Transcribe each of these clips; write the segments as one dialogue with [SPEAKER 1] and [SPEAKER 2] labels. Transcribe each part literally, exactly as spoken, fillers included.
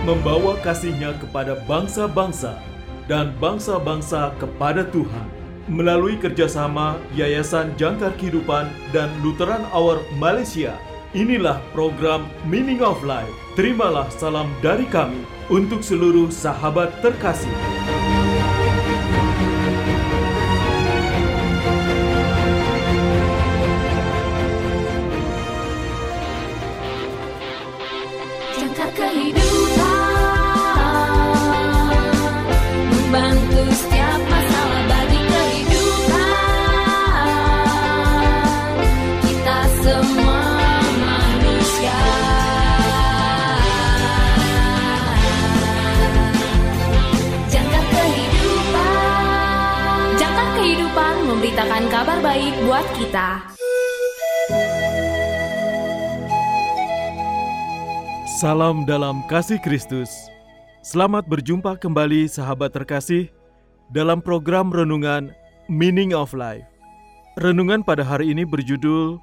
[SPEAKER 1] membawa kasih-Nya kepada bangsa-bangsa dan bangsa-bangsa kepada Tuhan. Melalui kerjasama Yayasan Jangkar Kehidupan dan Lutheran Hour Malaysia, inilah program Meaning of Life. Terimalah salam dari kami untuk seluruh sahabat terkasih.
[SPEAKER 2] Jangkar kehidupan, membantu setiap masalah bagi kehidupan kita semua manusia. Jangkar kehidupan, Jangkar kehidupan memberitakan kabar baik buat kita.
[SPEAKER 1] Salam dalam kasih Kristus. Selamat berjumpa kembali sahabat terkasih dalam program renungan Meaning of Life. Renungan pada hari ini berjudul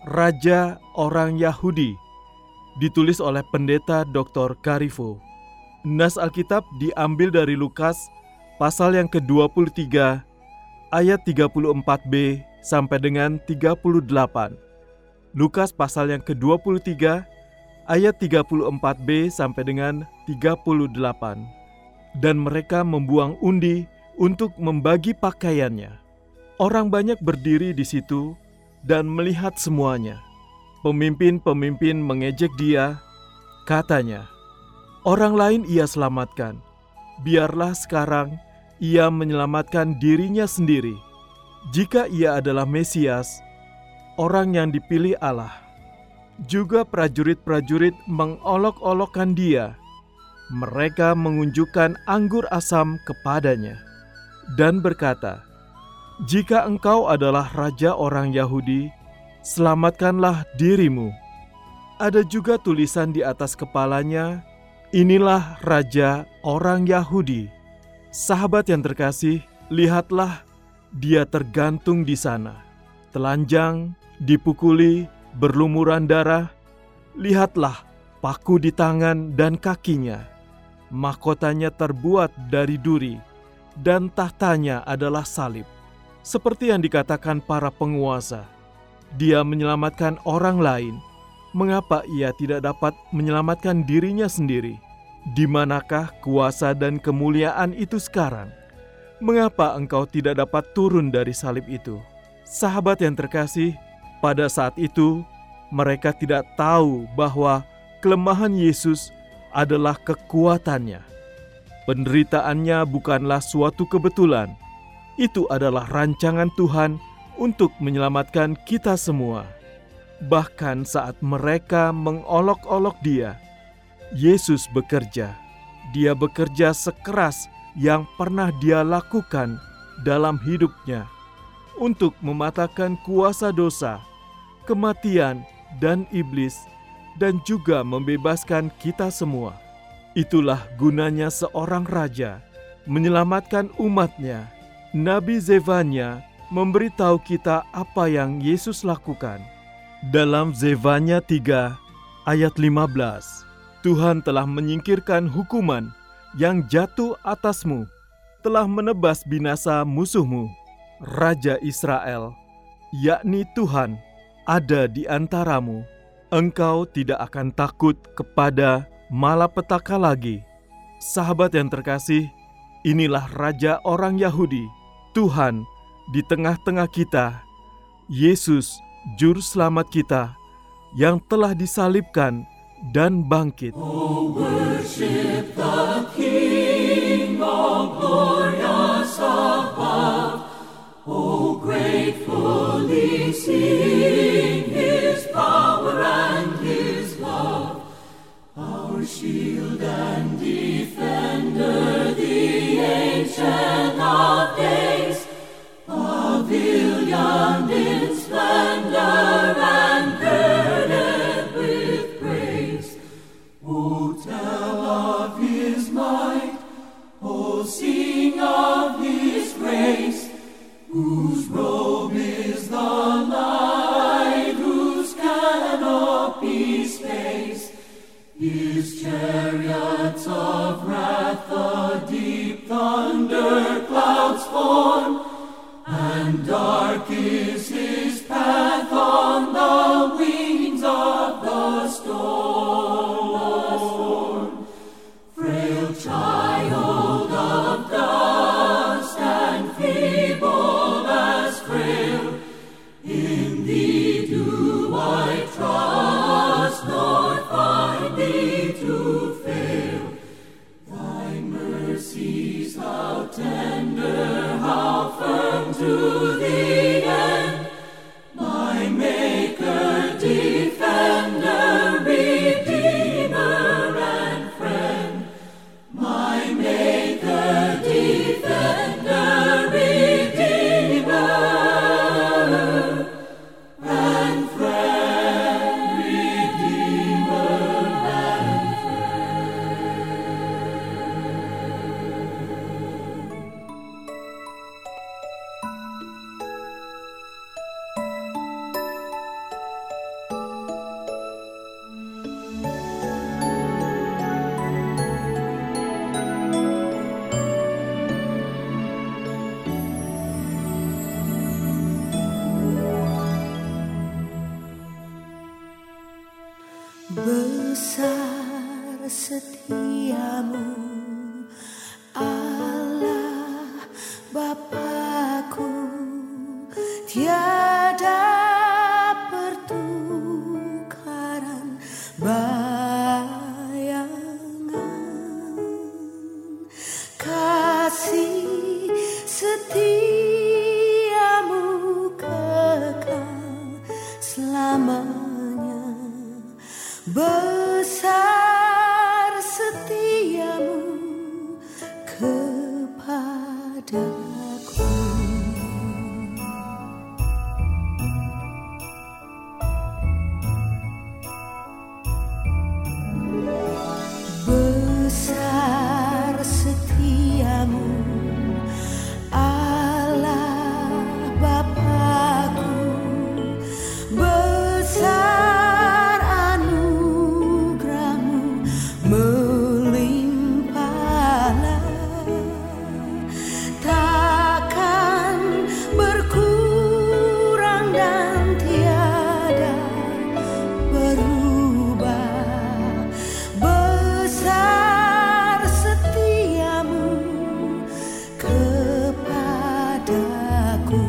[SPEAKER 1] Raja Orang Yahudi, ditulis oleh Pendeta doktor Karifo. Nas Alkitab diambil dari Lukas pasal yang ke dua puluh tiga ayat tiga puluh empat b sampai dengan tiga puluh delapan. Lukas pasal yang ke dua puluh tiga ayat tiga puluh empat b sampai dengan tiga puluh delapan. Dan mereka membuang undi untuk membagi pakaiannya. Orang banyak berdiri di situ dan melihat semuanya. Pemimpin-pemimpin mengejek dia, katanya, "Orang lain ia selamatkan, biarlah sekarang ia menyelamatkan dirinya sendiri. Jika ia adalah Mesias, orang yang dipilih Allah." Juga prajurit-prajurit mengolok-olokkan dia. Mereka mengunjukkan anggur asam kepadanya dan berkata, "Jika engkau adalah raja orang Yahudi, selamatkanlah dirimu." Ada juga tulisan di atas kepalanya, "Inilah raja orang Yahudi." Sahabat yang terkasih, lihatlah dia tergantung di sana, telanjang, dipukuli, berlumuran darah. Lihatlah paku di tangan dan kakinya. Mahkotanya terbuat dari duri, dan tahtanya adalah salib. Seperti yang dikatakan para penguasa, dia menyelamatkan orang lain. Mengapa ia tidak dapat menyelamatkan dirinya sendiri? Di manakah kuasa dan kemuliaan itu sekarang? Mengapa engkau tidak dapat turun dari salib itu? Sahabat yang terkasih, pada saat itu, mereka tidak tahu bahwa kelemahan Yesus adalah kekuatannya. Penderitaannya bukanlah suatu kebetulan. Itu adalah rancangan Tuhan untuk menyelamatkan kita semua. Bahkan saat mereka mengolok-olok dia, Yesus bekerja. Dia bekerja sekeras yang pernah dia lakukan dalam hidupnya untuk mematahkan kuasa dosa, kematian, dan iblis, dan juga membebaskan kita semua. Itulah gunanya seorang raja, menyelamatkan umatnya. Nabi Zefanya memberitahu kita apa yang Yesus lakukan. Dalam Zefanya tiga ayat lima belas, Tuhan telah menyingkirkan hukuman yang jatuh atasmu, telah menebas binasa musuhmu. Raja Israel, yakni Tuhan, ada di antaramu. Engkau tidak akan takut kepada malapetaka lagi. Sahabat yang terkasih, inilah Raja orang Yahudi, Tuhan di tengah-tengah kita, Yesus Juru Selamat kita, yang telah disalibkan dan bangkit.
[SPEAKER 3] Oh, worship the King, all glorious above. Oh, gratefully sing His power and His love. Our shield and defender, the Ancient of Days, pavillioned in splendor and girded with praise. Oh, tell of His might, oh, sing of His grace, whose robe is the light, whose canopy space. His chariots of wrath the deep thunder clouds form, and dark is his path on the wings of the storm. Frail child of dust and feeble as frail, in thee do I trust, nor find thee to fail. Thy mercies, how tender, how firm to the end, my Maker, Defender, Redeemer, and Friend. My Maker, Defender, Redeemer, and Friend, Redeemer, and
[SPEAKER 4] Besar setiamu, Allah Bapakku, tiada pertukaran bayangan. Kasih setiamu kekal selamanya. Besar setiamu kepadaku. Besar setiamu, Allah Bapakku, besar melimpahlah, takkan berkurang dan tiada berubah. Besar setiamu kepadaku,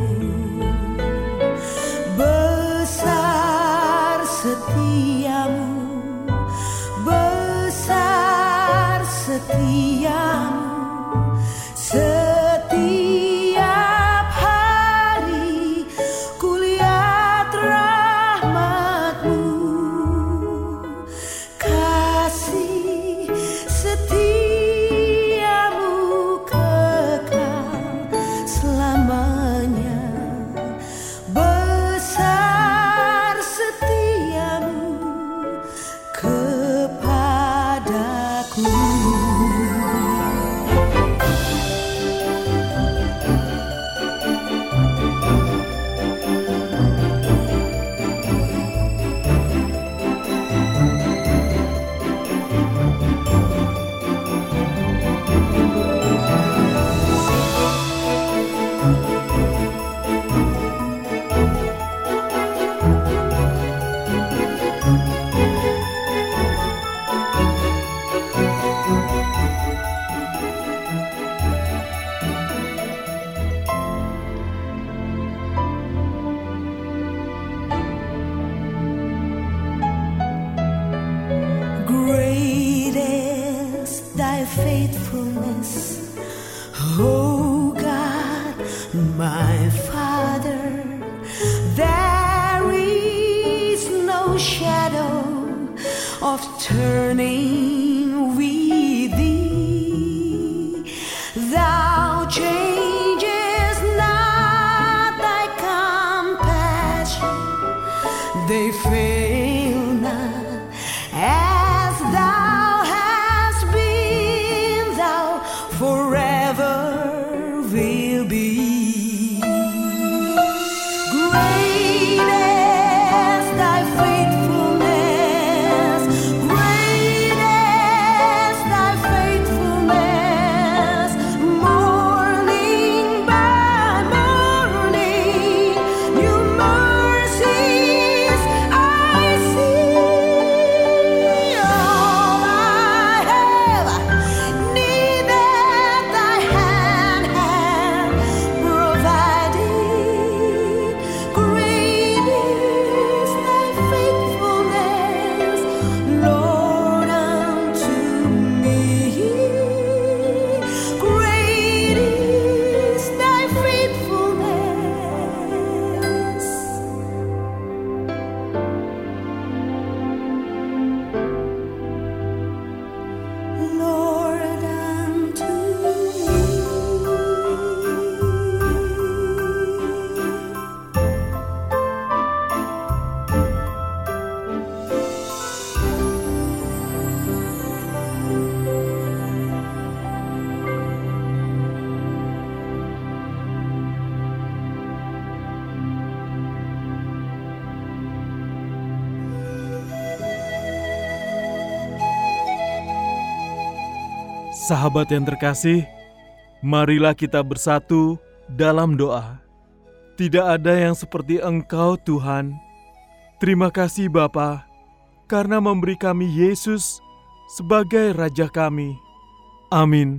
[SPEAKER 4] besar setiamu, besar setiamu. Setiap hari kulihat rahmat-Mu, kasih setiamu kekal selamanya. Besar setiamu kepadaku. Great is thy faithfulness, O God, my Father. There is no shadow of turning with thee. Thou changes not thy compassion, they fail not. As thou hast been, thou forever will be. Great is thy faithfulness, great
[SPEAKER 1] Sahabat yang terkasih, marilah kita bersatu dalam doa. Tidak ada yang seperti Engkau, Tuhan. Terima kasih Bapa, karena memberi kami Yesus sebagai Raja kami. Amin.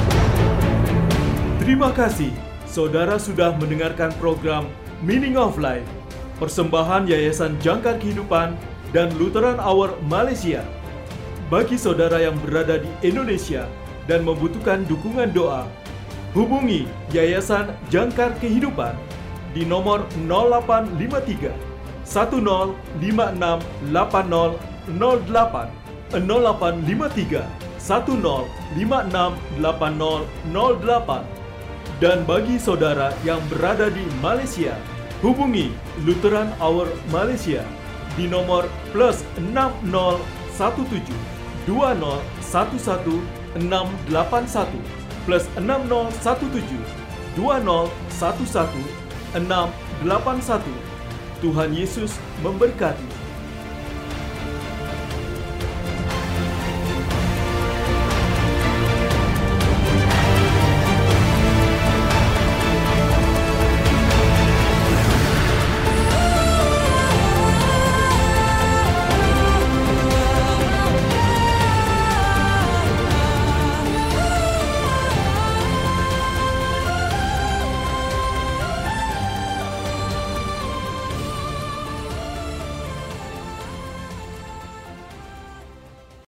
[SPEAKER 1] Terima kasih, saudara sudah mendengarkan program Meaning of Life, persembahan Yayasan Jangkar Kehidupan dan Lutheran Hour Malaysia. Bagi saudara yang berada di Indonesia dan membutuhkan dukungan doa, hubungi Yayasan Jangkar Kehidupan di nomor nol delapan lima tiga satu nol lima enam delapan nol nol delapan nol delapan lima tiga satu nol lima enam delapan nol nol delapan. Dan bagi saudara yang berada di Malaysia, hubungi Lutheran Hour Malaysia di nomor plus enam nol satu tujuh dua nol satu satu enam delapan satu plus enam nol satu tujuh dua nol satu satu enam delapan satu. Tuhan Yesus memberkati.